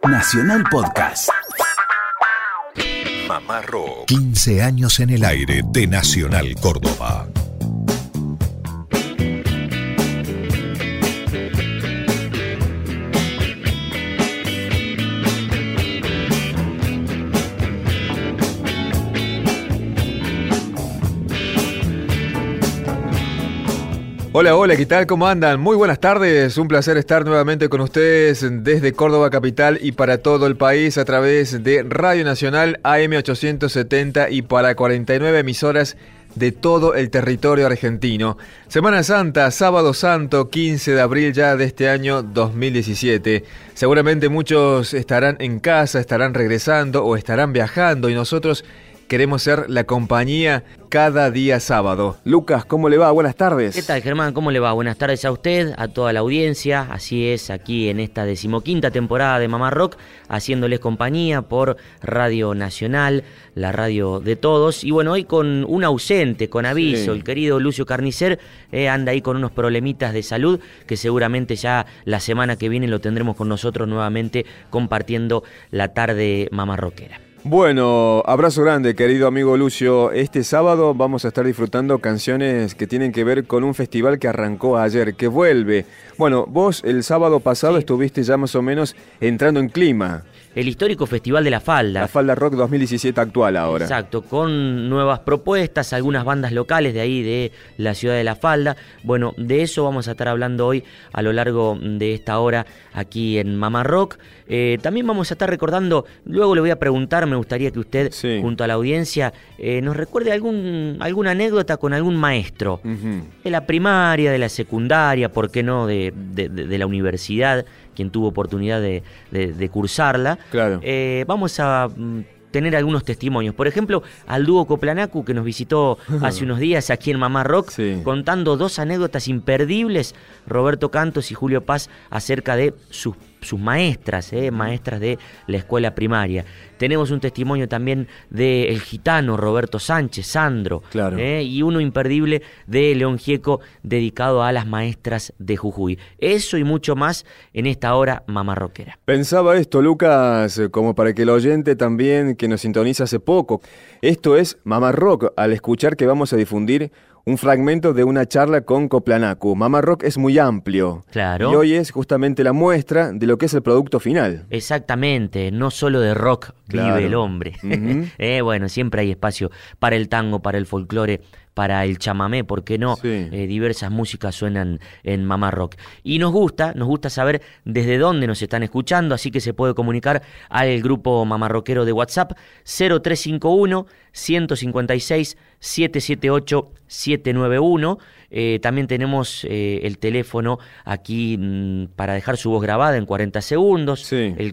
Nacional Podcast. Mamá Rock. 15 años en el aire de Nacional Córdoba. Hola, hola, ¿qué tal? ¿Cómo andan? Muy buenas tardes, un placer estar nuevamente con ustedes desde Córdoba Capital y para todo el país a través de Radio Nacional AM 870 y para 49 emisoras de todo el territorio argentino. Semana Santa, Sábado Santo, 15 de abril ya de este año 2017. Seguramente muchos estarán en casa, estarán regresando o estarán viajando y nosotros queremos ser la compañía cada día sábado. Lucas, ¿cómo le va? Buenas tardes. ¿Qué tal, Germán? ¿Cómo le va? Buenas tardes a usted, a toda la audiencia. Así es, aquí en esta 15ª temporada de Mamá Rock, haciéndoles compañía por Radio Nacional, la radio de todos. Y bueno, hoy con un ausente, con aviso, el querido Lucio Carnicer anda ahí con unos problemitas de salud que seguramente ya la semana que viene lo tendremos con nosotros nuevamente compartiendo la tarde Mamá Rockera. Bueno, abrazo grande, querido amigo Lucio. Este sábado vamos a estar disfrutando canciones que tienen que ver con un festival que arrancó ayer, que vuelve. Bueno, vos el sábado pasado estuviste ya más o menos entrando en clima. El histórico Festival de la Falda. La Falda Rock 2017 actual ahora. Exacto, con nuevas propuestas, algunas bandas locales de ahí, de la ciudad de La Falda. Bueno, de eso vamos a estar hablando hoy a lo largo de esta hora aquí en Mamá Rock. También vamos a estar recordando, luego le voy a preguntar, me gustaría que usted, junto a la audiencia, nos recuerde alguna anécdota con algún maestro. De la primaria, de la secundaria, ¿por qué no? De la universidad, quien tuvo oportunidad de cursarla. Claro. Vamos a tener algunos testimonios. Por ejemplo, al dúo Coplanacu, que nos visitó hace unos días aquí en Mamá Rock, contando dos anécdotas imperdibles, Roberto Cantos y Julio Paz, acerca de sus maestras, maestras de la escuela primaria. Tenemos un testimonio también del gitano Roberto Sánchez, Sandro, y uno imperdible de León Gieco, dedicado a las maestras de Jujuy. Eso y mucho más en esta hora Mamá Rockera. Pensaba esto, Lucas, como para que el oyente también que nos sintoniza hace poco. Esto es Mamá Rock, al escuchar que vamos a difundir un fragmento de una charla con Coplanacu. Mamá Rock es muy amplio. Claro. Y hoy es justamente la muestra de lo que es el producto final. Exactamente, no solo de rock vive el hombre. Bueno, siempre hay espacio para el tango, para el folclore, para el chamamé, ¿por qué no? Diversas músicas suenan en Mamá Rock. Y nos gusta saber desde dónde nos están escuchando, así que se puede comunicar al grupo Mamá Rockero de WhatsApp 0351 156 778 791. También tenemos el teléfono aquí para dejar su voz grabada en 40 segundos, el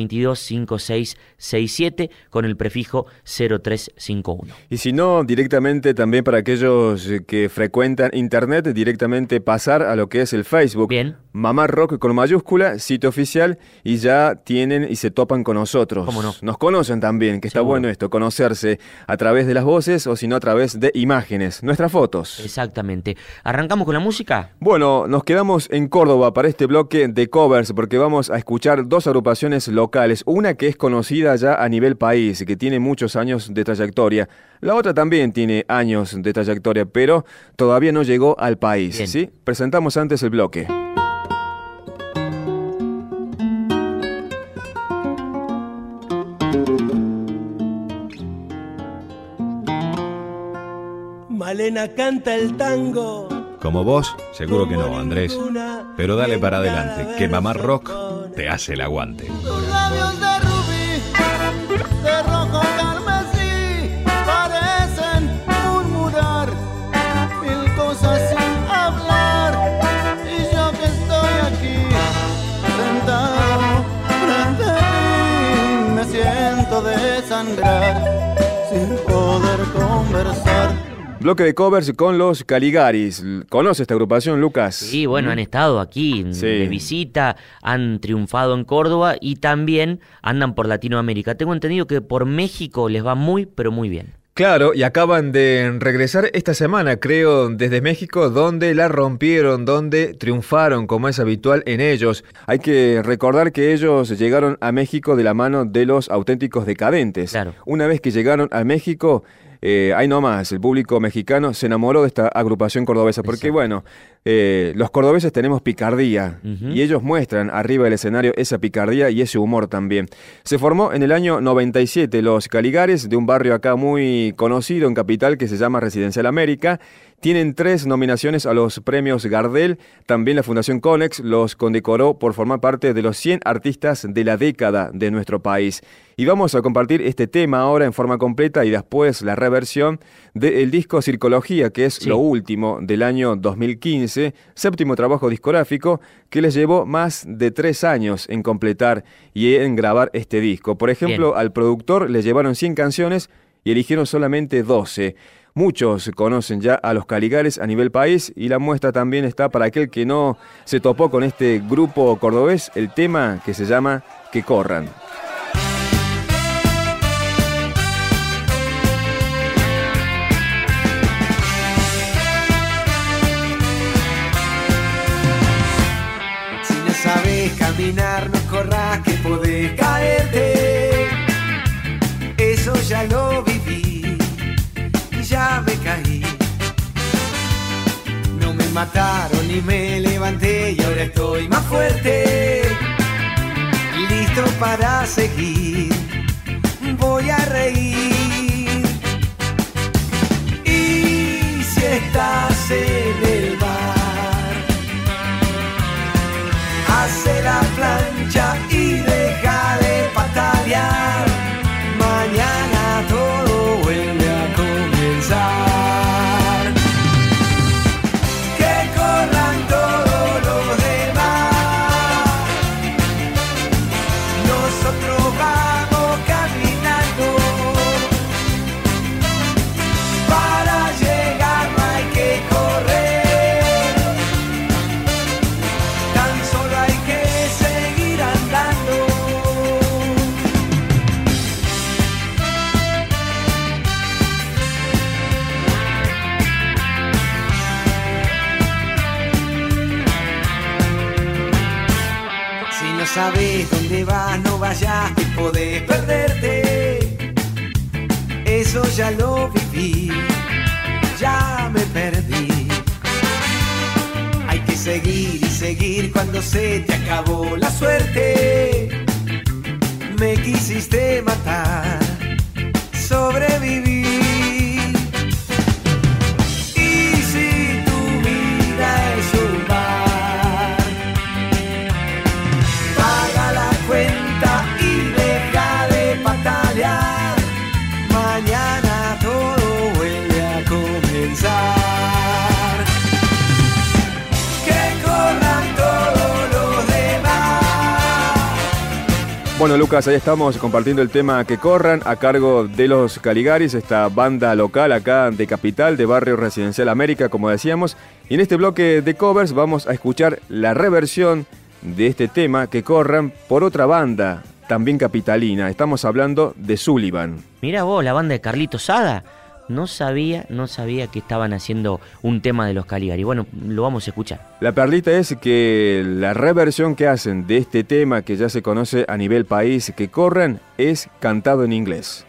422-5667 con el prefijo 0351. Y si no, directamente también para aquellos que frecuentan internet, directamente pasar a lo que es el Facebook. Bien. Mamá Rock con mayúscula, sitio oficial, y ya tienen y se topan con nosotros. ¿Cómo no? Nos conocen también, que está bueno esto, conocerse a través de las voces o si no a través de imágenes, nuestras fotos. Exactamente. ¿Arrancamos con la música? Bueno, nos quedamos en Córdoba para este bloque de covers porque vamos a escuchar dos agrupaciones locales. Una que es conocida ya a nivel país, que tiene muchos años de trayectoria. La otra también tiene años de trayectoria, pero todavía no llegó al país. ¿Sí? Presentamos antes el bloque. Malena canta el tango. Como vos, seguro que no, Andrés. Pero dale para adelante, que Mamá Rock te hace el aguante. Tus labios de rubí, de rojo carmesí, parecen murmurar mil cosas sin hablar. Y yo que estoy aquí, sentado frente a ti, me siento desangrar sin poder conversar. Bloque de covers con los Caligaris. ¿Conoce esta agrupación, Lucas? Sí, bueno, han estado aquí de visita, han triunfado en Córdoba y también andan por Latinoamérica. Tengo entendido que por México les va muy, pero muy bien. Claro, y acaban de regresar esta semana, creo, desde México, donde la rompieron, donde triunfaron, como es habitual en ellos. Hay que recordar que ellos llegaron a México de la mano de los Auténticos Decadentes. Claro. Una vez que llegaron a México, ahí nomás, el público mexicano se enamoró de esta agrupación cordobesa, porque bueno, los cordobeses tenemos picardía, y ellos muestran arriba del escenario esa picardía y ese humor también. Se formó en el año 97 los Caligares, de un barrio acá muy conocido en Capital que se llama Residencial América. Tienen 3 nominaciones a los premios Gardel. También la Fundación Conex los condecoró por formar parte de los 100 artistas de la década de nuestro país. Y vamos a compartir este tema ahora en forma completa y después la reversión del disco Circología, que es lo último del año 2015, séptimo trabajo discográfico que les llevó más de 3 años en completar y en grabar este disco. Por ejemplo, al productor le llevaron 100 canciones y eligieron solamente 12. Muchos conocen ya a los Caligares a nivel país y la muestra también está para aquel que no se topó con este grupo cordobés, el tema que se llama Que Corran. Si no sabes caminar, no corras que podés caerte. Eso ya lo viví. Ya me caí, no me mataron ni me levanté y ahora estoy más fuerte, listo para seguir, voy a reír. Y si estás en el bar, hace la plancha y deja de patalear, mañana todo vuelve a comenzar. Que corran todos los demás, nosotros vamos caminando, para llegar no hay que correr, tan solo hay que seguir andando. Si no sabes dónde vas, no vayas, que podés perderte. Eso ya lo viví, ya me perdí. Hay que seguir y seguir cuando se te acabó la suerte. Me quisiste matar, sobreviví. Y si tu vida es un bar, paga la cuenta y deja de patalear, mañana todo vuelve a comenzar. Que corran todos los demás. Bueno, Lucas, ahí estamos compartiendo el tema Que Corran a cargo de los Caligaris, esta banda local acá de Capital, de Barrio Residencial América, como decíamos. Y en este bloque de covers vamos a escuchar la reversión de este tema Que Corran por otra banda, también capitalina. Estamos hablando de Sullivan. Mirá vos, la banda de Carlitos Sada. No sabía que estaban haciendo un tema de los Caligari. Bueno, lo vamos a escuchar. La perlita es que la reversión que hacen de este tema que ya se conoce a nivel país, Que Corran, es cantado en inglés.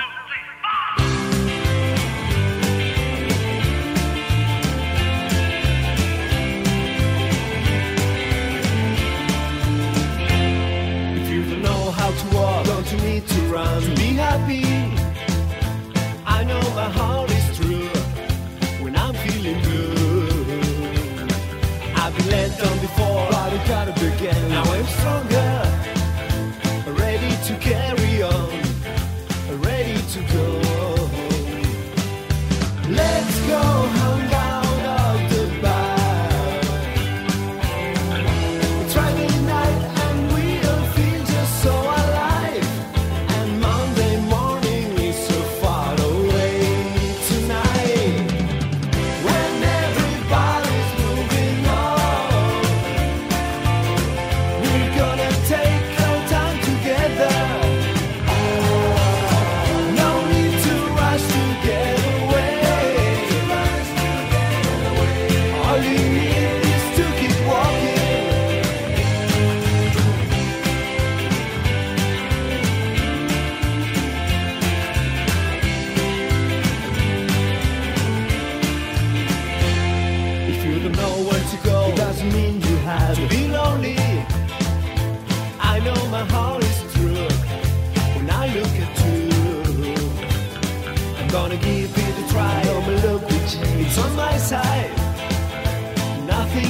If you don't know how to walk, don't you need to run? To be happy, I know my heart is true when I'm feeling good. I've been let down before, but I gotta begin. Now I'm stronger, ready to carry on, ready to go. Let's go hang out at the bar. It's Friday night and we all feel just so alive. And Monday morning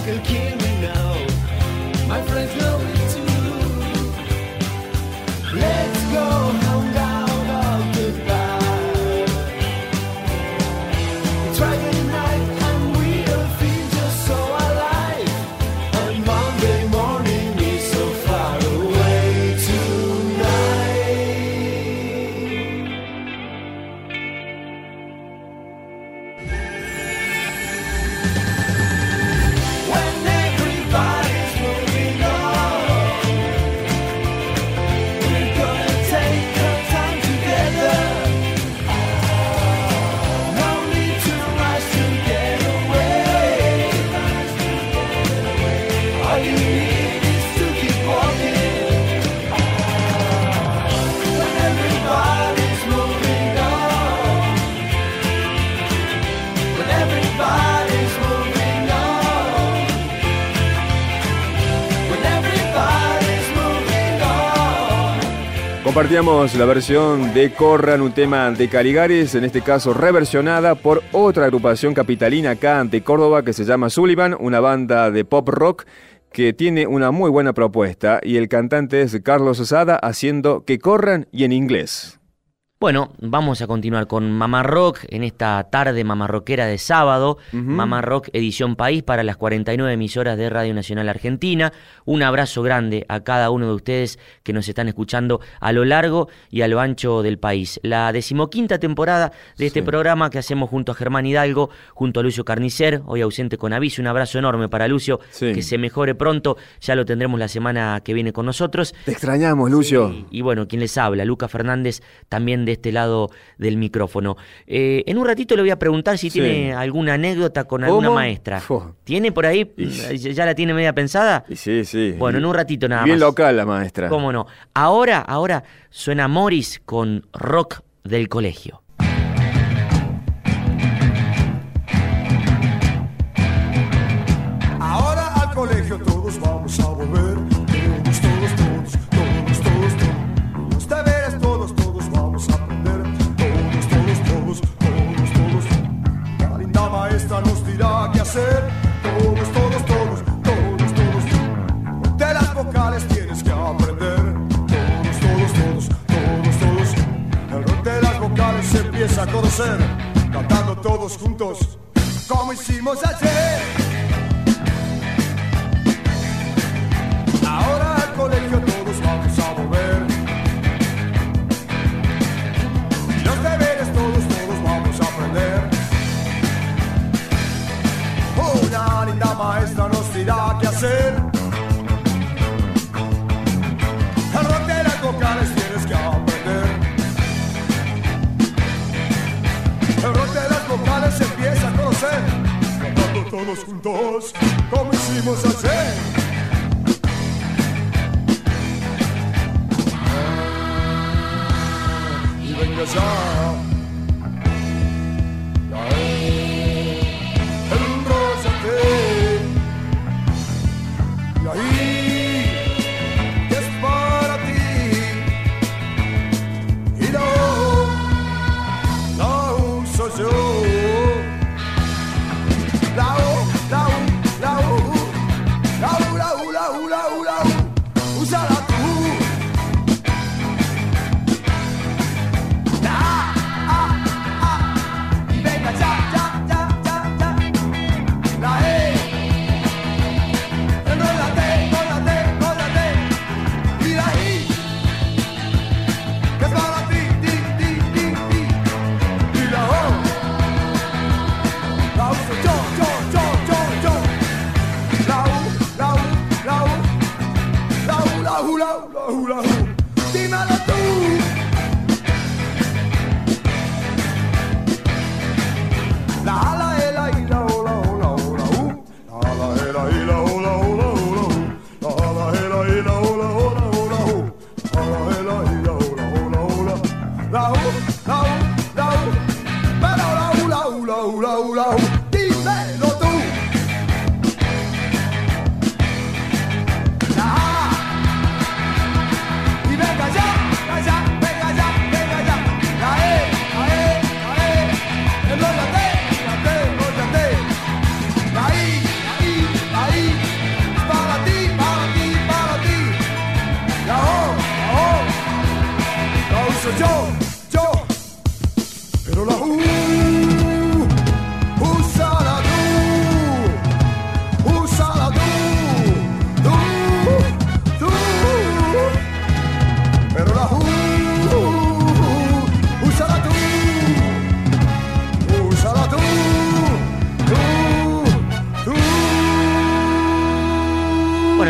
can kill me now. My friends know it too. Let's go home down of the bar. It's Friday night and we'll feel just so alive. And Monday morning is so far away tonight. When everybody's moving on, we're gonna take our time together. No need to rush to get away. All you need is to keep walking. When everybody's moving on, when everybody's moving on, when everybody's moving on. Compartíamos la versión de Corran, un tema de Caligaris, en este caso reversionada por otra agrupación capitalina acá de Córdoba que se llama Sullivan, una banda de pop rock que tiene una muy buena propuesta y el cantante es Carlos Osada haciendo Que Corran y en inglés. Bueno, vamos a continuar con Mamá Rock en esta tarde mamarroquera de sábado. Mamá Rock edición país para las 49 emisoras de Radio Nacional Argentina. Un abrazo grande a cada uno de ustedes que nos están escuchando a lo largo y a lo ancho del país. La 15ª temporada de este programa que hacemos junto a Germán Hidalgo, junto a Lucio Carnicer, hoy ausente con aviso. Un abrazo enorme para Lucio, que se mejore pronto. Ya lo tendremos la semana que viene con nosotros. Te extrañamos, Lucio. Y bueno, quien les habla, Lucas Fernández, también de este lado del micrófono. En un ratito le voy a preguntar si tiene alguna anécdota con alguna maestra. ¿Tiene por ahí? ¿Ya la tiene media pensada? Sí. Bueno, en un ratito nada Bien más. local la maestra. ¿Cómo no? Ahora suena Morris con Rock del Colegio. Ahora al colegio todos vamos a volver. Todos. Los deberes todos vamos a aprender. Todos. La linda maestra nos dirá qué hacer. Todos. De las vocales tienes que aprender. Todos. El rock de las vocales se empieza a conocer. Cantando todos juntos, como hicimos ayer. Ahora al colegio todos vamos a volver. Y los deberes todos vamos a aprender. Una linda maestra nos dirá qué hacer. El rock de las vocales tienes que aprender. El rock de las vocales se empieza a conocer. Cantando todos juntos, como hicimos ayer. Venga ya, enróllate, y ahí es para ti, y la uso yo, úsala tú. Dímelo tú. Dímelo tú.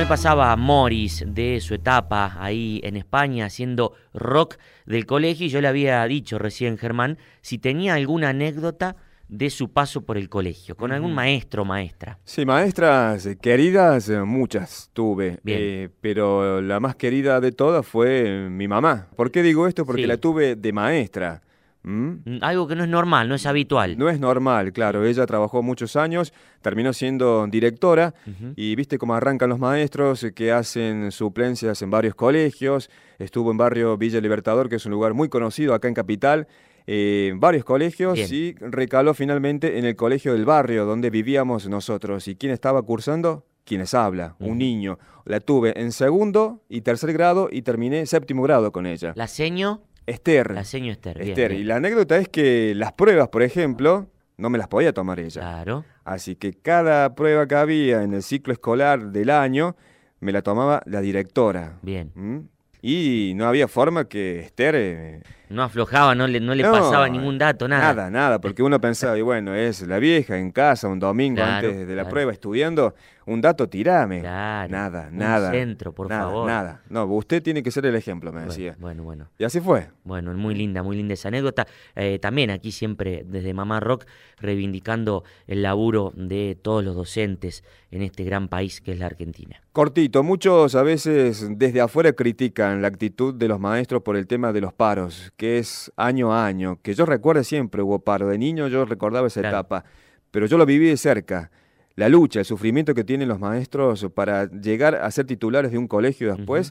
pasaba Morris de su etapa ahí en España haciendo rock del colegio, y yo le había dicho recién, Germán, si tenía alguna anécdota de su paso por el colegio, con algún maestro o maestra. Sí, maestras queridas, muchas tuve, pero la más querida de todas fue mi mamá. ¿Por qué digo esto? Porque la tuve de maestra. Algo que no es normal, no es habitual. No es normal, claro. Ella trabajó muchos años, terminó siendo directora, y viste cómo arrancan los maestros que hacen suplencias en varios colegios. Estuvo en barrio Villa Libertador, que es un lugar muy conocido acá en Capital, varios colegios. Bien. Y recaló finalmente en el colegio del barrio donde vivíamos nosotros. ¿Y quién estaba cursando? Quienes habla, un niño. La tuve en 2º y 3er grado y terminé 7º grado con ella. ¿La seño? Esther. La seño Esther. Bien, Esther. bien. Y la anécdota es que las pruebas, por ejemplo, no me las podía tomar ella. Claro. Así que cada prueba que había en el ciclo escolar del año me la tomaba la directora. Bien. Y no había forma que Esther... no aflojaba, no le pasaba ningún dato, nada. Nada, porque uno pensaba, y bueno, es la vieja en casa un domingo antes de la prueba estudiando, un dato tirame. Claro. Nada. Un centro, por favor. Nada. No, usted tiene que ser el ejemplo, me decía. Bueno. Y así fue. Bueno, muy linda esa anécdota. También aquí siempre desde Mamá Rock reivindicando el laburo de todos los docentes en este gran país que es la Argentina. Cortito, muchos a veces desde afuera critican la actitud de los maestros por el tema de los paros, que es año a año, que yo recuerdo siempre hubo paro. De niño yo recordaba esa etapa, pero yo lo viví de cerca. La lucha, el sufrimiento que tienen los maestros para llegar a ser titulares de un colegio después,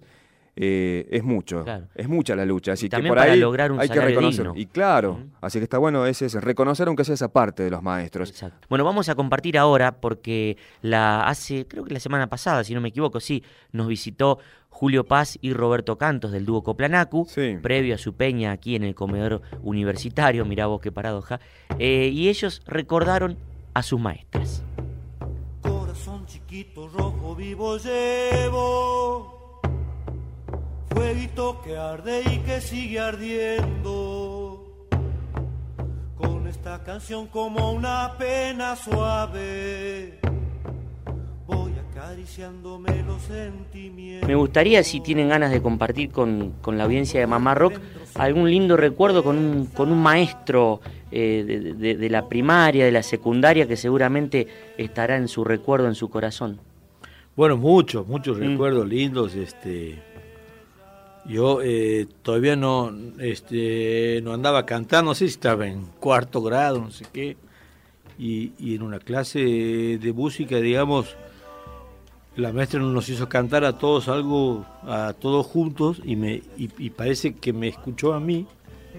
es mucho, es mucha la lucha. Así también que por para ahí lograr un hay que salario reconocer. digno. Y claro, así que está bueno es reconocer aunque sea esa parte de los maestros. Exacto. Bueno, vamos a compartir ahora porque creo que la semana pasada, si no me equivoco, nos visitó Julio Paz y Roberto Cantos del dúo Coplanacu, previo a su peña aquí en el comedor universitario, mirá vos qué paradoja, y ellos recordaron a sus maestras. Corazón chiquito, rojo vivo llevo, fueguito que arde y que sigue ardiendo, con esta canción como una pena suave, voy acariciándome los sentimientos. Me gustaría, si tienen ganas de compartir con la audiencia de Mamá Rock, algún lindo recuerdo con un maestro de la primaria, de la secundaria, que seguramente estará en su recuerdo, en su corazón. Bueno, muchos recuerdos lindos. Yo todavía no andaba cantando, no sé si estaba en 4º grado, no sé qué, y en una clase de música, digamos, la maestra nos hizo cantar a todos todos juntos, y parece que me escuchó a mí,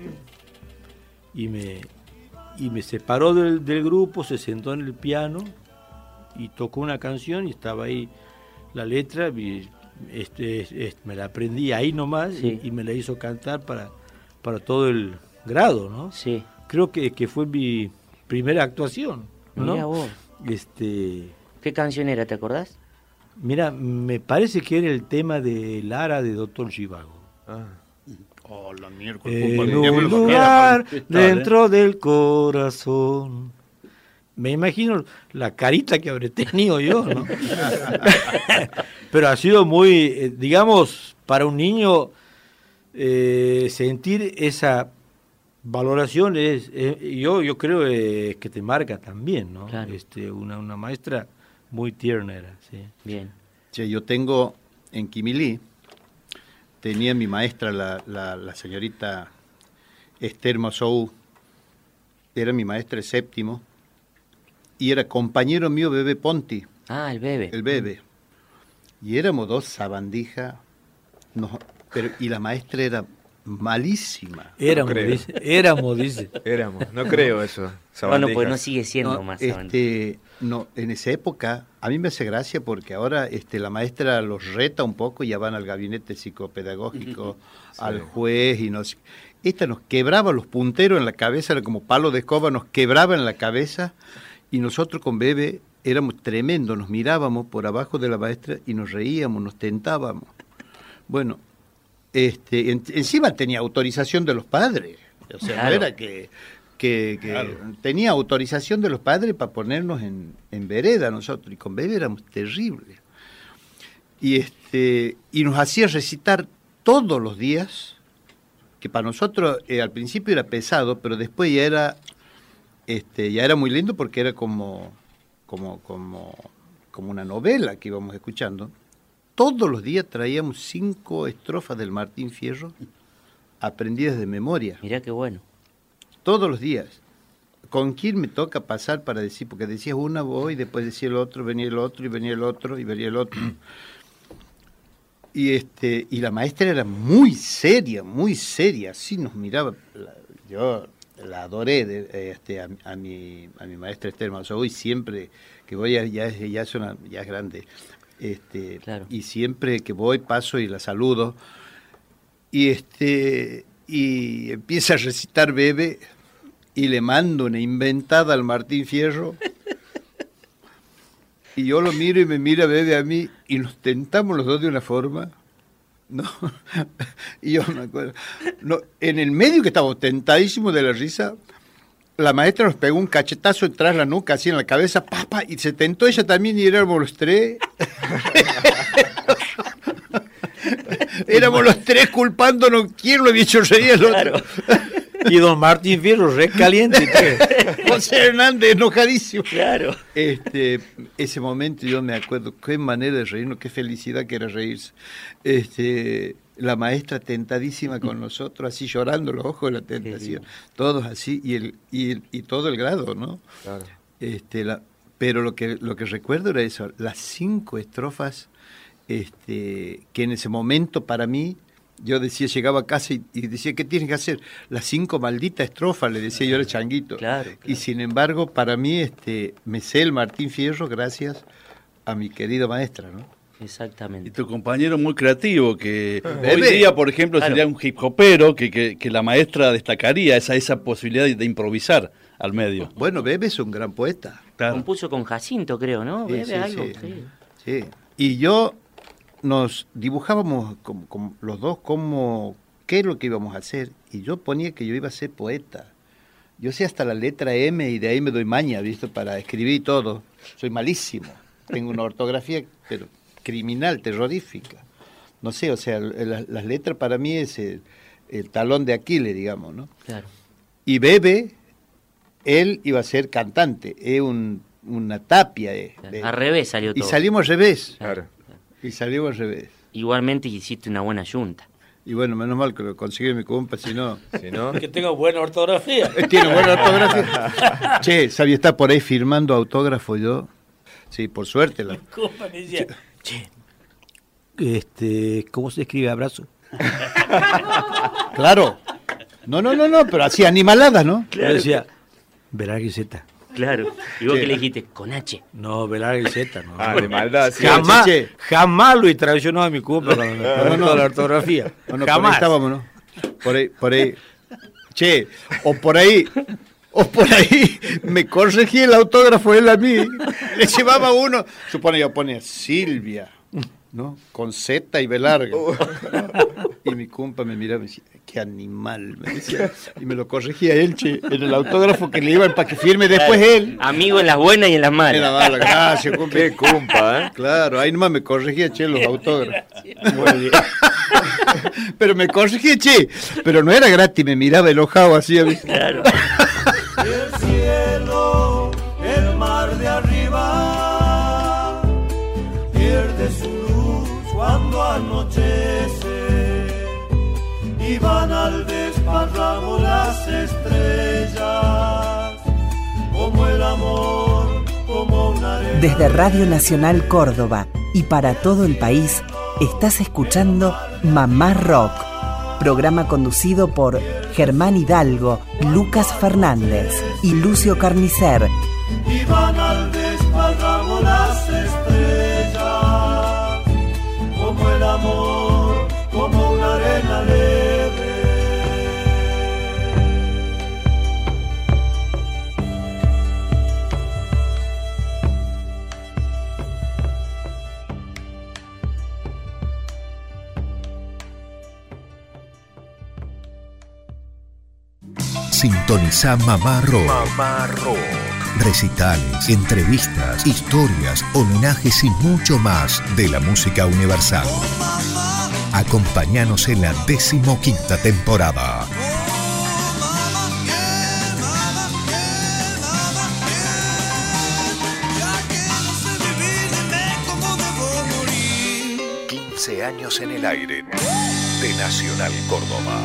y me separó del grupo, se sentó en el piano y tocó una canción, y estaba ahí la letra, y me la aprendí ahí nomás, y me la hizo cantar para todo el grado, ¿no? Sí. Creo que fue mi primera actuación, ¿no? Mirá vos. ¿Qué canción era, te acordás? Mira, me parece que era el tema de Lara de Dr. Zhivago. Oh, la miércoles. En un lugar dentro del corazón. Me imagino la carita que habré tenido yo, ¿no? Pero ha sido muy, digamos, para un niño sentir esa valoración yo creo que te marca también, ¿no? Claro. Una maestra muy tierna era, sí. Bien. Che, yo tengo en Quimilí, tenía mi maestra, la señorita Esther Mosou, era mi maestra de 7º, y era compañero mío Bebe Ponti. Ah, el Bebe. El Bebe. Y éramos 2 sabandijas, y la maestra era malísima. Éramos, dice. No creo eso. Bueno, pues no sigue siendo más sabandija. No, en esa época, a mí me hace gracia porque ahora la maestra los reta un poco y ya van al gabinete psicopedagógico, al juez, y esta nos quebraba los punteros en la cabeza, era como palo de escoba, nos quebraba en la cabeza, y nosotros con Bebe éramos tremendos, nos mirábamos por abajo de la maestra y nos reíamos, nos tentábamos. Bueno, encima tenía autorización de los padres, o sea, claro. No era que claro. Tenía autorización de los padres para ponernos en vereda nosotros, y con Bebe éramos terribles. y nos hacía recitar todos los días, que para nosotros al principio era pesado, pero después ya era muy lindo porque era como una novela que íbamos escuchando. Todos los días traíamos 5 estrofas del Martín Fierro aprendidas de memoria. Mirá qué bueno. Todos los días. ¿Con quién me toca pasar para decir? Porque decías una voz y después decía el otro, venía el otro, y venía el otro, y venía el otro. Y la maestra era muy seria, así nos miraba. Yo la adoré a mi maestra Esther Mazoy, siempre que voy, ya es grande, claro. Y siempre que voy paso y la saludo, y empieza a recitar Bebe, y le mando una inventada al Martín Fierro, y yo lo miro y me mira Bebe a mí, y nos tentamos los dos de una forma, ¿no? Y yo me acuerdo, no, en el medio que estábamos tentadísimos de la risa, la maestra nos pegó un cachetazo detrás de la nuca, así en la cabeza, ¡papa! Y se tentó ella también y éramos los tres. Éramos los tres culpándonos quién lo había hecho reír el otro. Claro. Y don Martín Fierro, re caliente. José Hernández, enojadísimo. Claro. Ese momento yo me acuerdo, qué manera de reírnos, qué felicidad que era reírse. La maestra tentadísima con nosotros, así llorando los ojos de la tentación. Todos así, y todo el grado, ¿no? Claro. Pero lo que recuerdo era eso, las 5 estrofas que en ese momento para mí, yo decía, llegaba a casa y decía, ¿qué tienes que hacer? Las 5 malditas estrofas, le decía yo, era changuito. Claro. Y sin embargo, para mí, me sé el Martín Fierro gracias a mi querida maestra, ¿no? Exactamente. Y tu compañero muy creativo, que hoy día, por ejemplo, sería un hip hopero, que la maestra destacaría esa posibilidad de improvisar al medio. Bueno, Bebe es un gran poeta. Claro. Compuso con Jacinto, creo, ¿no? Sí, Bebe algo. Sí. Y yo nos dibujábamos como los dos qué es lo que íbamos a hacer, y yo ponía que yo iba a ser poeta. Yo sé hasta la letra M y de ahí me doy maña, ¿visto? Para escribir todo. Soy malísimo. Tengo una ortografía, pero criminal, terrorífica. No sé, o sea, las letras para mí es el talón de Aquiles, digamos, ¿no? Claro. Y Bebe, él iba a ser cantante, es una tapia. Al revés salió todo. Y salimos al revés. Claro. Y salimos al revés. Igualmente hiciste una buena yunta. Y bueno, menos mal que lo conseguí mi compa, si no... Que tenga buena ortografía. Tiene buena ortografía. Che, ¿sabía? Está por ahí firmando autógrafo yo. Sí, por suerte. Mi compa me decía, ¿cómo se escribe abrazo? Claro. No, pero hacía animaladas, ¿no? Claro. Yo decía, Velargue Z. Claro. ¿Y vos qué le dijiste? Con H. No, Velargue Z, no. De maldad. Sí. Jamás lo traicionó a mi compa con la ortografía. No, jamás. Por ahí estábamos, ¿no? Por ahí. Che, o por ahí me corregí el autógrafo él a mí. Le llevaba uno, supone yo ponía Silvia, ¿no? Con Z y B larga. Y mi compa me miraba y me decía, qué animal, me decía. Y me lo corregía él, che, en el autógrafo que le iban para que firme después él. Amigo en las buenas y en las malas. En las malas, gracias, compa. Qué compa, ¿eh? Claro, ahí nomás me corregía, che, los autógrafos. Muy bien. Pero me corregía, che, pero no era gratis, me miraba enojado así. Claro. El cielo, el mar de arriba, pierde su luz cuando anochece y van al desparramo las estrellas, como el amor, como una arena. Desde Radio Nacional Córdoba y para todo el país, estás escuchando Mamá Rock, programa conducido por Germán Hidalgo, Lucas Fernández y Lucio Carnicer. Y van al desparramo las estrellas, como el amor, como una arena leve. Sintoniza Mamá Rock. recitales, entrevistas, historias, homenajes y mucho más de la música universal. Acompáñanos en la 15ª temporada. Años en el aire de Nacional Córdoba.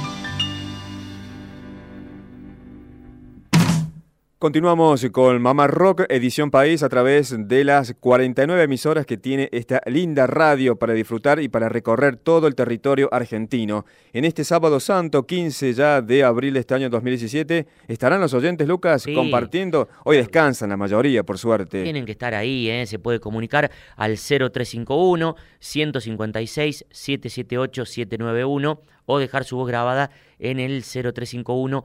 Continuamos con Mamá Rock, edición país, a través de las 49 emisoras que tiene esta linda radio para disfrutar y para recorrer todo el territorio argentino. En este sábado santo, 15 ya de abril de este año 2017, estarán los oyentes, Lucas, sí, compartiendo. Hoy descansan la mayoría, por suerte. Tienen que estar ahí, se puede comunicar al 0351-156-778-791 o dejar su voz grabada en el 0351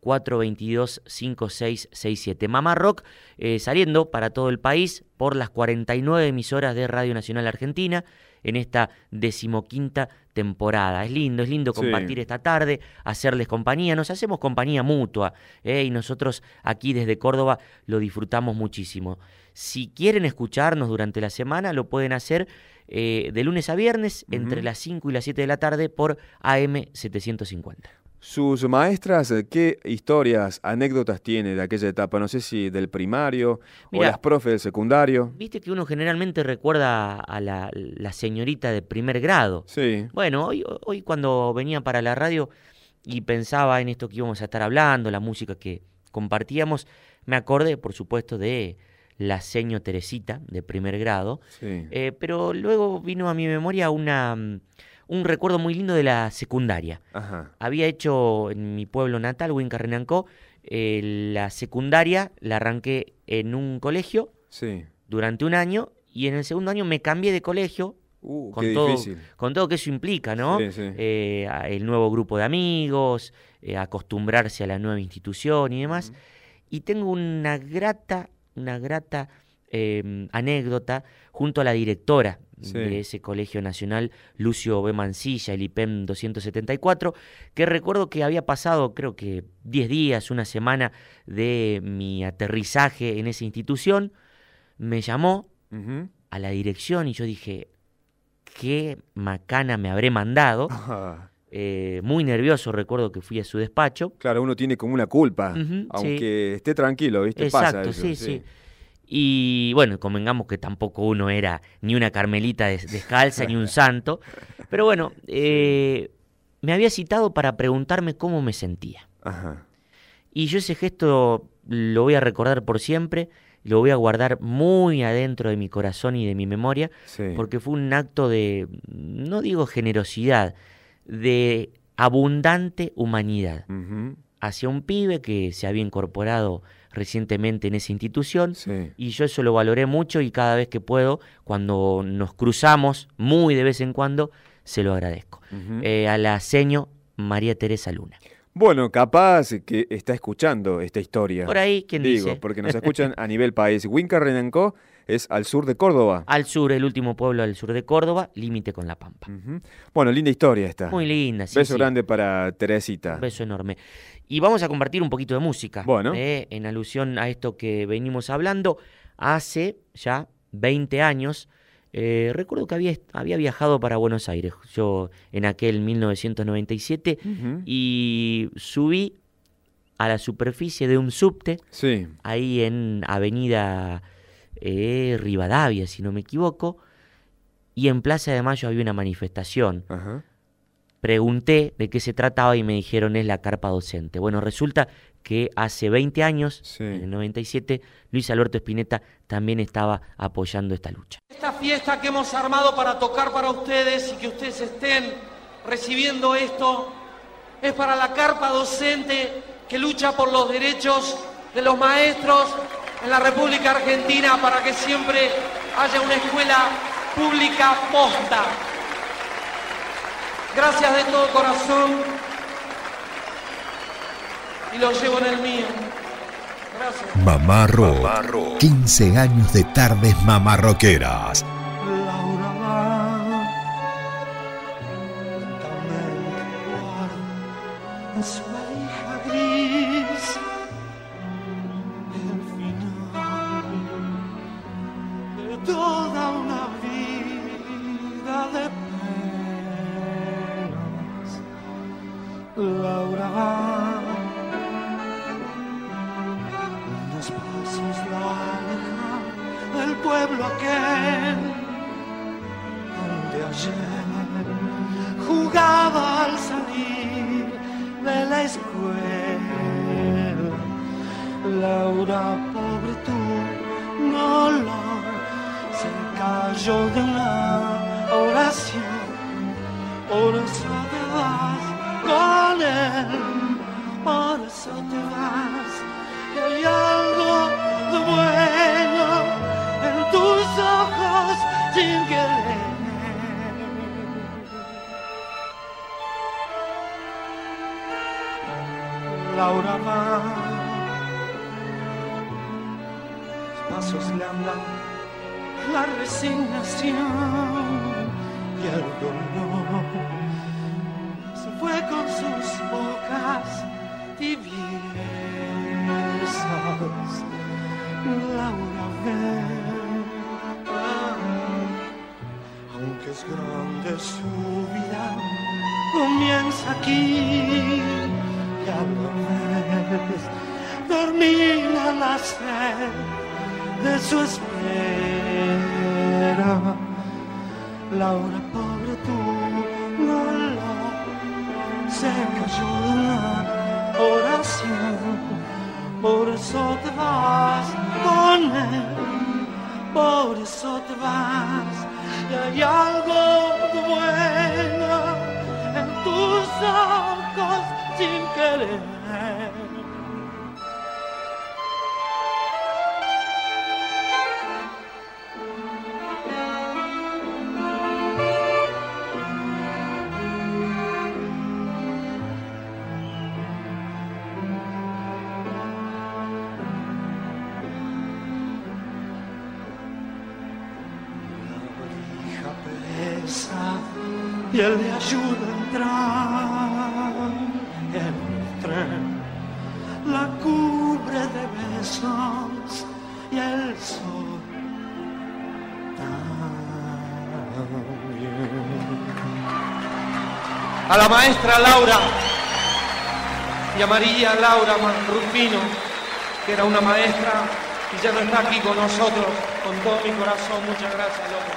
422-5667. Mamá Rock saliendo para todo el país por las 49 emisoras de Radio Nacional Argentina en esta 15ª temporada. Es lindo compartir esta tarde, hacerles compañía. Nos hacemos compañía mutua y nosotros aquí desde Córdoba lo disfrutamos muchísimo. Si quieren escucharnos durante la semana, lo pueden hacer de lunes a viernes entre las 5 y las 7 de la tarde por AM 750. Sus maestras, ¿qué historias, anécdotas tiene de aquella etapa? No sé si del primario. Mirá, o las profes del secundario. Viste que uno generalmente recuerda a la señorita de primer grado. Sí. Bueno, hoy cuando venía para la radio y pensaba en esto que íbamos a estar hablando, la música que compartíamos, me acordé, por supuesto, de la seño Teresita de primer grado. Sí. Pero luego vino a mi memoria un recuerdo muy lindo de la secundaria. Ajá. Había hecho en mi pueblo natal, Huincarrenancó, la secundaria la arranqué en un colegio durante un año y en el segundo año me cambié de colegio con todo que eso implica, ¿no? Sí, sí. El nuevo grupo de amigos, acostumbrarse a la nueva institución y demás. Y tengo una grata anécdota junto a la directora de ese colegio nacional, Lucio B. Mancilla, el IPEM 274, que recuerdo que había pasado creo que 10 días, una semana de mi aterrizaje en esa institución. Me llamó a la dirección y yo dije, qué macana me habré mandado. Muy nervioso, recuerdo que fui a su despacho. Claro, uno tiene como una culpa, aunque esté tranquilo, ¿viste? Exacto, pasa eso, sí. Y bueno, convengamos que tampoco uno era ni una carmelita descalza ni un santo, pero bueno, me había citado para preguntarme cómo me sentía. Ajá. Y yo ese gesto lo voy a recordar por siempre, lo voy a guardar muy adentro de mi corazón y de mi memoria, porque fue un acto de, no digo generosidad, de abundante humanidad hacia un pibe que se había incorporado recientemente en esa institución, y yo eso lo valoré mucho y cada vez que puedo, cuando nos cruzamos, muy de vez en cuando, se lo agradezco. A la seño María Teresa Luna. Bueno, capaz que está escuchando esta historia. Por ahí, ¿quién dice? Porque nos escuchan a nivel país. Huincarrenancó es al sur de Córdoba. Al sur, el último pueblo al sur de Córdoba, límite con La Pampa. Bueno, linda historia esta. Muy linda, sí. Beso grande para Teresita. Beso enorme. Y vamos a compartir un poquito de música. Bueno. En alusión a esto que venimos hablando. Hace ya 20 años, recuerdo que había viajado para Buenos Aires, yo en aquel 1997, y subí a la superficie de un subte, ahí en Avenida Rivadavia, si no me equivoco, y en Plaza de Mayo había una manifestación. Pregunté de qué se trataba y me dijeron es la carpa docente. Bueno, resulta que hace 20 años, en el 97, Luis Alberto Spinetta también estaba apoyando esta lucha. Esta fiesta que hemos armado para tocar para ustedes y que ustedes estén recibiendo esto, es para la carpa docente que lucha por los derechos de los maestros en la República Argentina para que siempre haya una escuela pública posta. Gracias de todo corazón y lo llevo en el mío. Gracias. Mamá Rock, 15 años de tardes mamarroqueras. En su valija gris, el Laura va unos pasos larga del pueblo aquel donde ayer jugaba al salir de la escuela. Laura, pobre tú, no lo se cayó de la oración, por eso te vas con él, por eso te vas, y hay algo de bueno en tus ojos sin querer. Laura va, los pasos le andan la resignación y el dolor. Se fue con sus bocas tibiezas. Laura ve, aunque es grande su vida, comienza aquí. Ya lo ves, dormida la sed de su espera. Laura, pobre tú, no lo se cayó en la oración, por eso te vas con él, por eso te vas, y hay algo bueno en tus ojos sin querer. Y él le ayuda a entrar en el tren, la cubre de besos y el sol también. A la maestra Laura y a María Laura Rufino, que era una maestra y ya no está aquí con nosotros, con todo mi corazón, muchas gracias, Laura.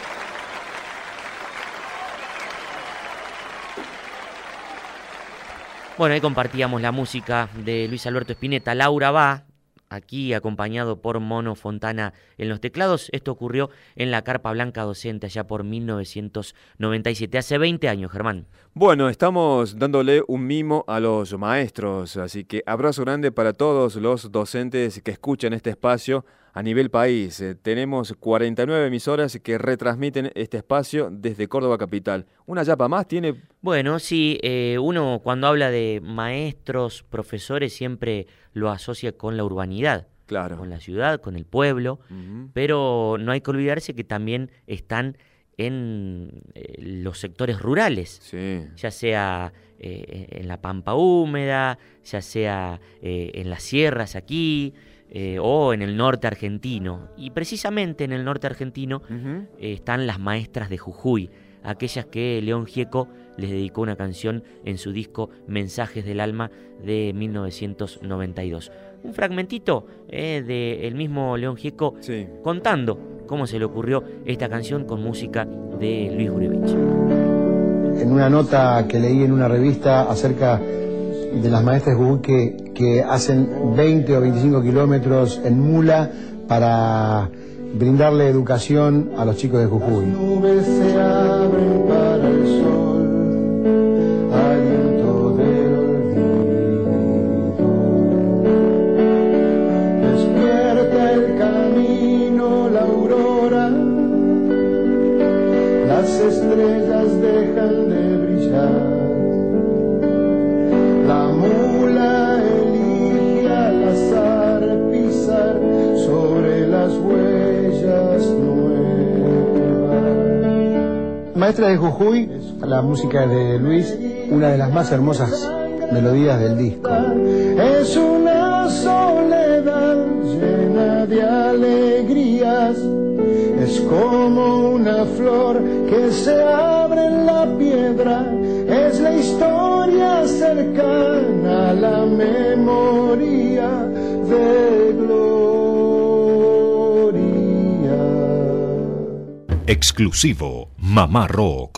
Bueno, ahí compartíamos la música de Luis Alberto Spinetta, Laura va, aquí acompañado por Mono Fontana en los teclados. Esto ocurrió en la Carpa Blanca Docente allá por 1997, hace 20 años, Germán. Bueno, estamos dándole un mimo a los maestros, así que abrazo grande para todos los docentes que escuchan este espacio a nivel país. Tenemos 49 emisoras que retransmiten este espacio desde Córdoba capital. ¿Una yapa más tiene? Bueno, sí, uno cuando habla de maestros, profesores, siempre lo asocia con la urbanidad. Claro. Con la ciudad, con el pueblo, pero no hay que olvidarse que también están en los sectores rurales, sí. Ya sea en la pampa húmeda, ya sea en las sierras aquí, o en el norte argentino. Y precisamente en el norte argentino están las maestras de Jujuy, aquellas que León Gieco les dedicó una canción en su disco Mensajes del Alma de 1992. Un fragmentito del mismo León Gieco, sí, contando cómo se le ocurrió esta canción con música de Luis Gurevich. En una nota que leí en una revista acerca de las maestras de Jujuy que hacen 20 o 25 kilómetros en mula para brindarle educación a los chicos de Jujuy. Las nubes se abren para el sol, aliento del olvido. Despierta el camino, la aurora, las estrellas dejan de brillar. La mula elige al azar pisar sobre las huellas nuevas. Maestra de Jujuy, la música de Luis, una de las más hermosas melodías del disco. Es una soledad llena de alegrías, es como una flor que se abre en la piedra, es la historia cercana memoria de gloria. Exclusivo Mamá Rock.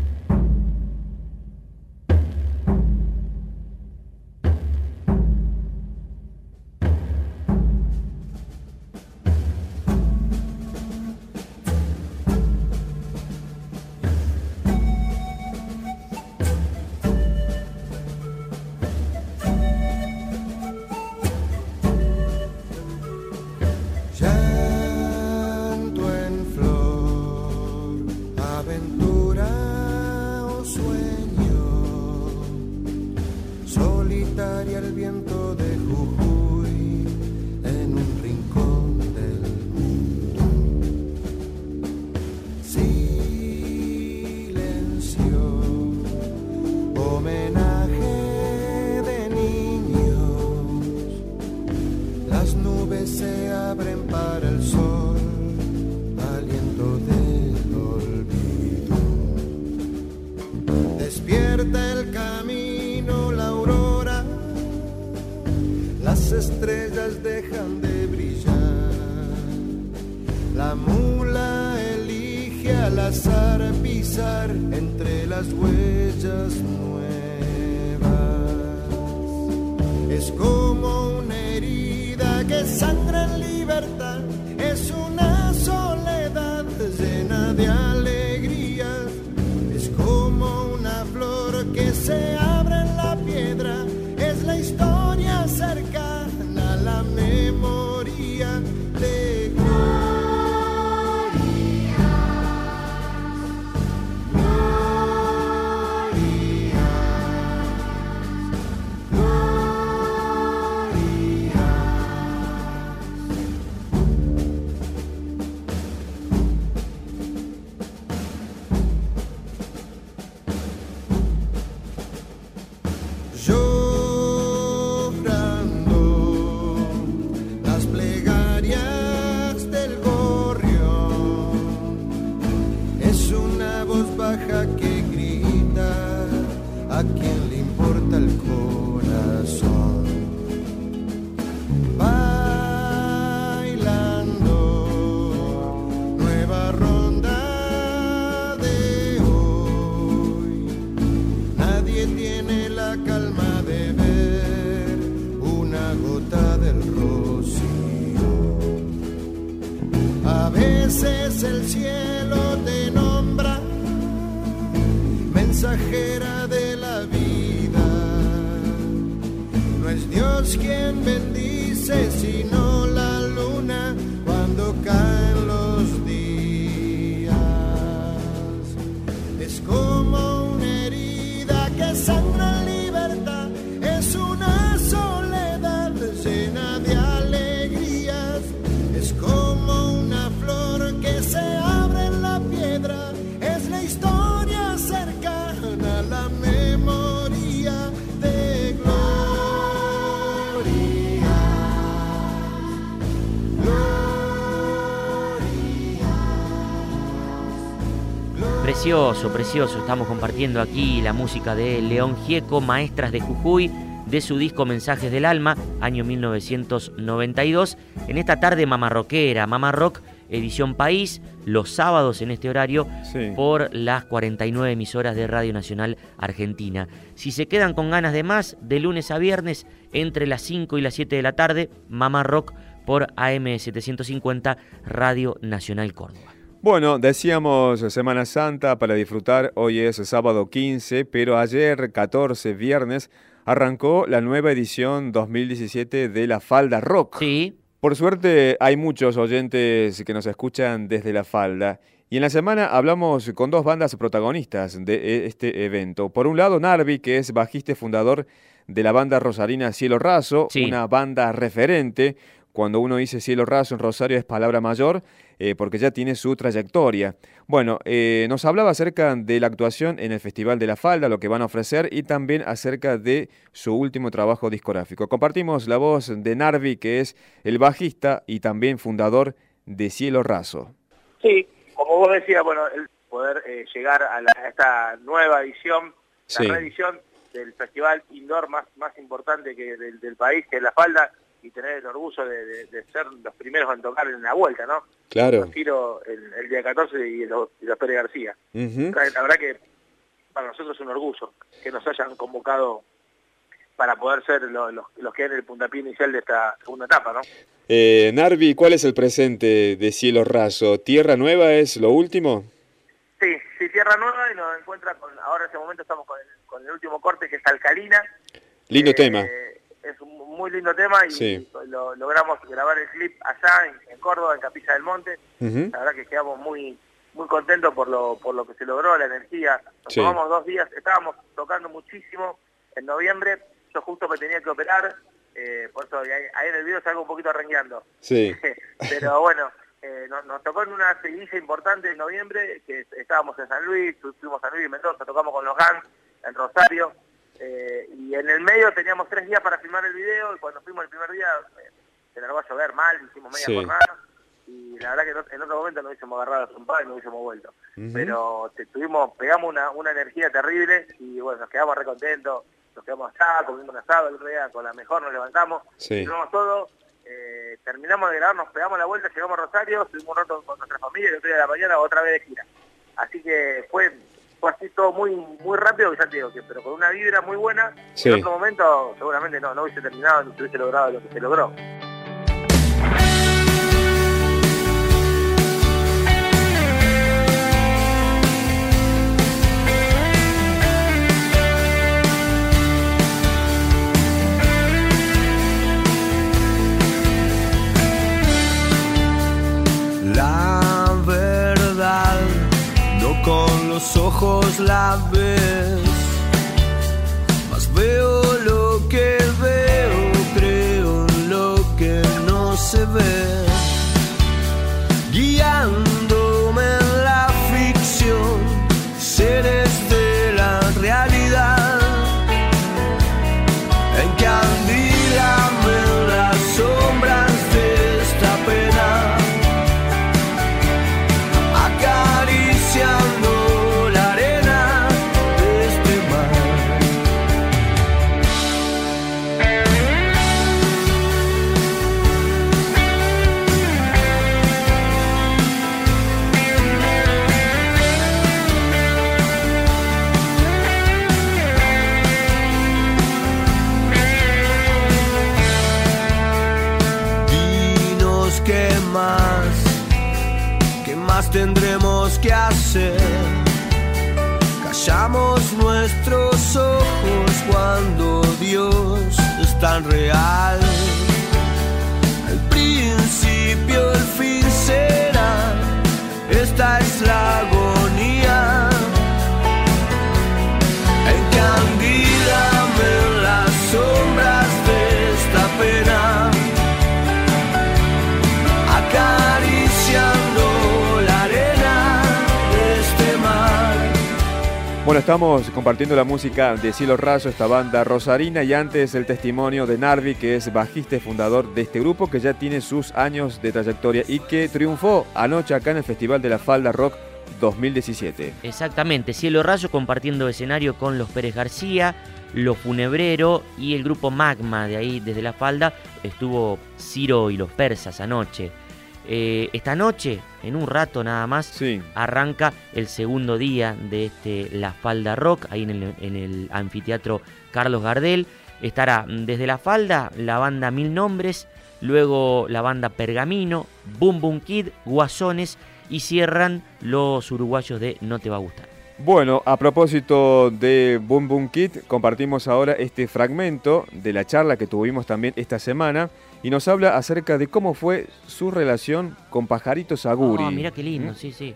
Precioso, estamos compartiendo aquí la música de León Gieco, Maestras de Jujuy, de su disco Mensajes del Alma, año 1992, en esta tarde mamarroquera, Mamá Rock, edición País, los sábados en este horario, sí, por las 49 emisoras de Radio Nacional Argentina. Si se quedan con ganas de más, de lunes a viernes, entre las 5 y las 7 de la tarde, Mamá Rock por AM750, Radio Nacional Córdoba. Bueno, decíamos Semana Santa para disfrutar, hoy es sábado 15, pero ayer, 14, viernes, arrancó la nueva edición 2017 de La Falda Rock. Sí. Por suerte hay muchos oyentes que nos escuchan desde La Falda, y en la semana hablamos con dos bandas protagonistas de este evento. Por un lado, Narvi, que es bajista y fundador de la banda rosarina Cielo Raso, sí, una banda referente. Cuando uno dice Cielo Raso en Rosario es palabra mayor, porque ya tiene su trayectoria. Bueno, nos hablaba acerca de la actuación en el Festival de la Falda, lo que van a ofrecer, y también acerca de su último trabajo discográfico. Compartimos la voz de Narvi, que es el bajista y también fundador de Cielo Raso. Sí, como vos decías, bueno, el poder llegar a esta nueva edición, la reedición, del festival indoor más importante del país, que es La Falda, y tener el orgullo de ser los primeros en tocar en la vuelta, ¿no? Claro. Tiro el día 14 y los Pérez García. La verdad que para nosotros es un orgullo que nos hayan convocado para poder ser los que den el puntapié inicial de esta segunda etapa, ¿no? Narvi, ¿cuál es el presente de Cielo Raso? ¿Tierra Nueva es lo último? Sí, Tierra Nueva, y nos encuentra ahora en este momento estamos con el último corte, que es Alcalina. Lindo tema. Es un muy lindo tema, y logramos grabar el clip allá en Córdoba, en Capilla del Monte. La verdad que quedamos muy contentos por lo que se logró, la energía. Nos tomamos 2 días, estábamos tocando muchísimo en noviembre. Yo justo me tenía que operar, por eso ahí en el video salgo un poquito rengueando. Sí. Pero bueno, nos tocó en una seguidilla importante en noviembre, que estábamos en San Luis, fuimos a San Luis y Mendoza, tocamos con los Guns en Rosario, y en el medio teníamos 3 días para filmar el video, y cuando fuimos el primer día se largó a llover mal, hicimos media jornada, y la verdad que en otro momento nos hubiésemos agarrado a trompada y nos hubiésemos vuelto. Pero pegamos una energía terrible, y bueno, nos quedamos re contentos. Nos quedamos allá, comimos un asado, el otro día con la mejor nos levantamos, hicimos todo, terminamos de grabar, nos pegamos la vuelta, llegamos a Rosario, estuvimos un rato con nuestra familia, y el otro día de la mañana otra vez de gira. Así que fue así todo muy rápido, ya te digo, pero con una vibra muy buena. En otro momento seguramente no hubiese terminado ni se hubiese logrado lo que se logró. La verdad, no con los ojos la ves, mas veo lo que veo, creo en lo que no se ve, guiándome en la ficción, seres de la realidad, encandílame las sombras de esta pena, acariciando la arena de este mar. Dinos qué más tendremos que hacer. Callamos nuestros ojos cuando Dios es tan real. El principio, el fin será, esta es la agonía. Encandílame en las sombras de esta pena, acariciando. Bueno, estamos compartiendo la música de Cielo Raso, esta banda rosarina, y antes el testimonio de Narvi, que es bajista y fundador de este grupo, que ya tiene sus años de trayectoria y que triunfó anoche acá en el Festival de la Falda Rock 2017. Exactamente, Cielo Raso compartiendo escenario con los Pérez García, Los Funebrero y el grupo Magma. De ahí, desde la Falda, estuvo Ciro y los Persas anoche. Esta noche, en un rato nada más, arranca el segundo día de La Falda Rock, ahí en el anfiteatro Carlos Gardel. Estará desde La Falda la banda Mil Nombres, luego la banda Pergamino, Boom Boom Kid, Guasones, y cierran los uruguayos de No Te Va a Gustar. Bueno, a propósito de Boom Boom Kid, compartimos ahora este fragmento de la charla que tuvimos también esta semana, y nos habla acerca de cómo fue su relación con Pajarito Saguri. Mirá qué lindo, sí.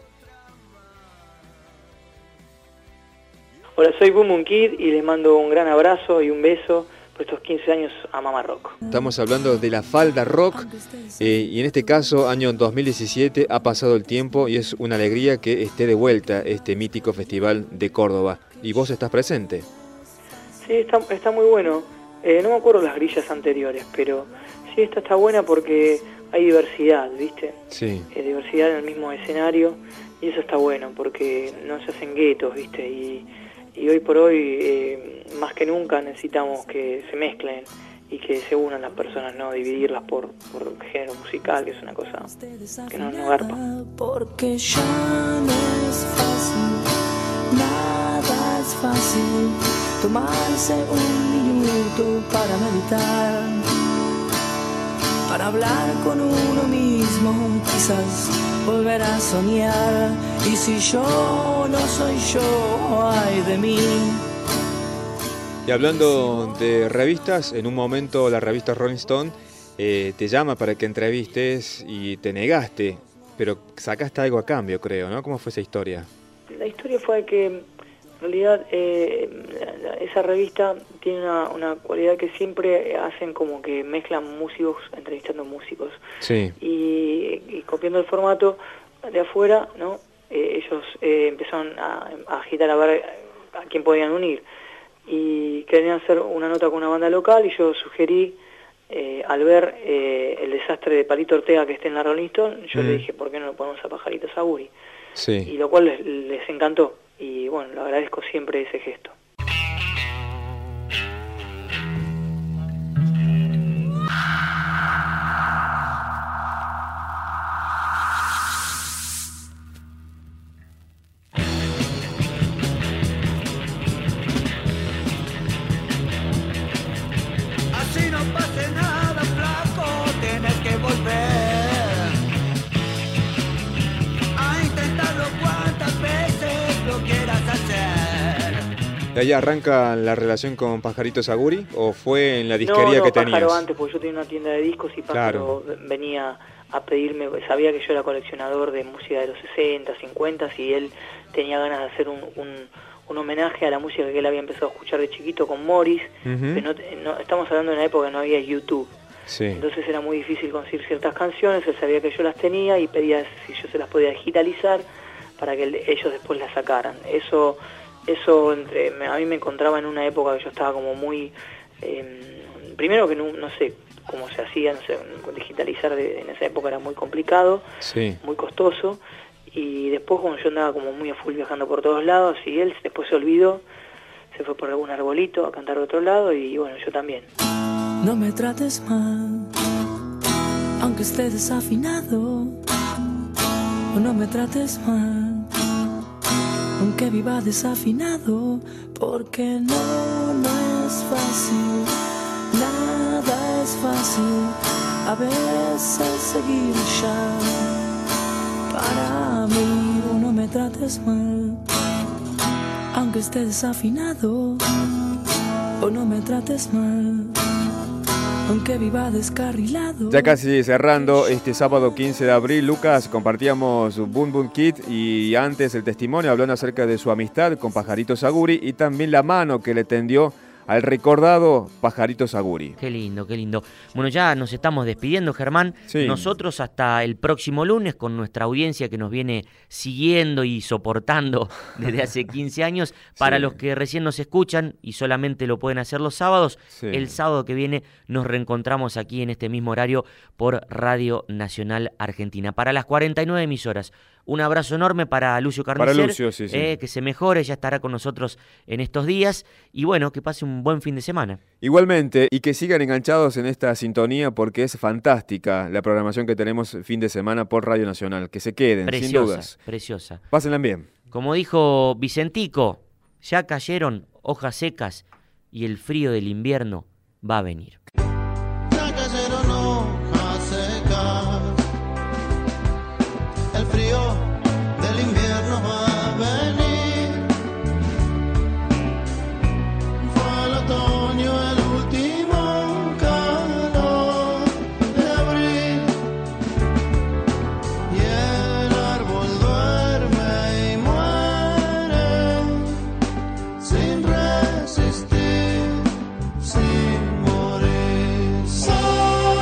Hola, soy Boom Boom Kid y les mando un gran abrazo y un beso por estos 15 años a Mamá Rock. Estamos hablando de la Falda Rock, y en este caso, año 2017, ha pasado el tiempo y es una alegría que esté de vuelta este mítico festival de Córdoba. ¿Y vos estás presente? Sí, está muy bueno. No me acuerdo las grillas anteriores, pero sí, esta está buena porque hay diversidad, ¿viste? Sí. Diversidad en el mismo escenario, y eso está bueno porque no se hacen guetos, ¿viste? Y y hoy por hoy más que nunca necesitamos que se mezclen y que se unan las personas, no dividirlas por género musical, que es una cosa que no garpa. Porque ya no es fácil, nada es fácil, tomarse un minuto para meditar, para hablar con uno mismo, quizás volver a soñar. Y si yo no soy yo, ay de mí. Y hablando de revistas, en un momento la revista Rolling Stone te llama para que entrevistes y te negaste, pero sacaste algo a cambio, creo, ¿no? ¿Cómo fue esa historia? La historia fue que en realidad esa revista tiene una cualidad que siempre hacen como que mezclan músicos entrevistando músicos. Sí. Y copiando el formato de afuera, ¿no? Ellos empezaron a agitar a ver a quién podían unir. Y querían hacer una nota con una banda local y yo sugerí, al ver el desastre de Palito Ortega que esté en la Rolling Stone, yo le dije, ¿por qué no lo ponemos a Pajarito Saguri? Sí. Y lo cual les encantó y bueno, le agradezco siempre ese gesto. ¿De ahí arranca la relación con Pajarito Saguri o fue en la disquería que tenías? Pájaro antes, porque yo tenía una tienda de discos y Pájaro venía a pedirme, sabía que yo era coleccionador de música de los 60, 50 y él tenía ganas de hacer un homenaje a la música que él había empezado a escuchar de chiquito con Morris, pero no, estamos hablando de una época que no había YouTube. Sí. Entonces era muy difícil conseguir ciertas canciones, él sabía que yo las tenía y pedía si yo se las podía digitalizar para que ellos después las sacaran. Eso a mí me encontraba en una época que yo estaba como muy... primero que no sé cómo se hacía, no sé, digitalizar en esa época era muy complicado, muy costoso, y después cuando yo andaba como muy a full viajando por todos lados, y él después se olvidó, se fue por algún arbolito a cantar de otro lado, y bueno, yo también. No me trates mal, aunque esté desafinado, o no me trates mal, aunque viva desafinado, porque no es fácil, nada es fácil, a veces seguir ya, para mí, o no me trates mal, aunque esté desafinado, o no me trates mal, aunque viva descarrilado. Ya casi cerrando este sábado 15 de abril, Lucas, compartíamos Boom Boom Kid y antes el testimonio hablando acerca de su amistad con Pajarito Saguri y también la mano que le tendió al recordado Pajarito Saguri. Qué lindo, qué lindo. Bueno, ya nos estamos despidiendo, Germán. Sí. Nosotros hasta el próximo lunes con nuestra audiencia que nos viene siguiendo y soportando desde hace 15 años. Para los que recién nos escuchan y solamente lo pueden hacer los sábados, el sábado que viene nos reencontramos aquí en este mismo horario por Radio Nacional Argentina. Para las 49 emisoras. Un abrazo enorme para Lucio Carnicer, para Lucio, que se mejore, ya estará con nosotros en estos días. Y bueno, que pase un buen fin de semana. Igualmente, y que sigan enganchados en esta sintonía porque es fantástica la programación que tenemos fin de semana por Radio Nacional. Que se queden, preciosa, sin dudas. Preciosa. Pásenla bien. Como dijo Vicentico, ya cayeron hojas secas y el frío del invierno va a venir. Ya cayeron hojas secas. El frío del invierno va a venir. Fue el otoño el último calor de abril y el árbol duerme y muere sin resistir, sin morir. Solo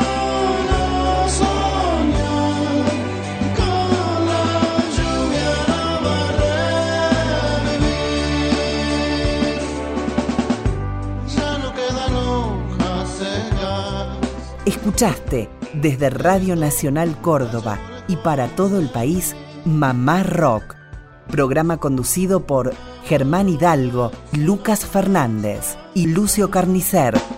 soñar con la lluvia la va a revivir. Ya no quedan hojas secas. Escuchaste desde Radio Nacional Córdoba y para todo el país, Mamá Rock, programa conducido por Germán Hidalgo, Lucas Fernández y Lucio Carnicer.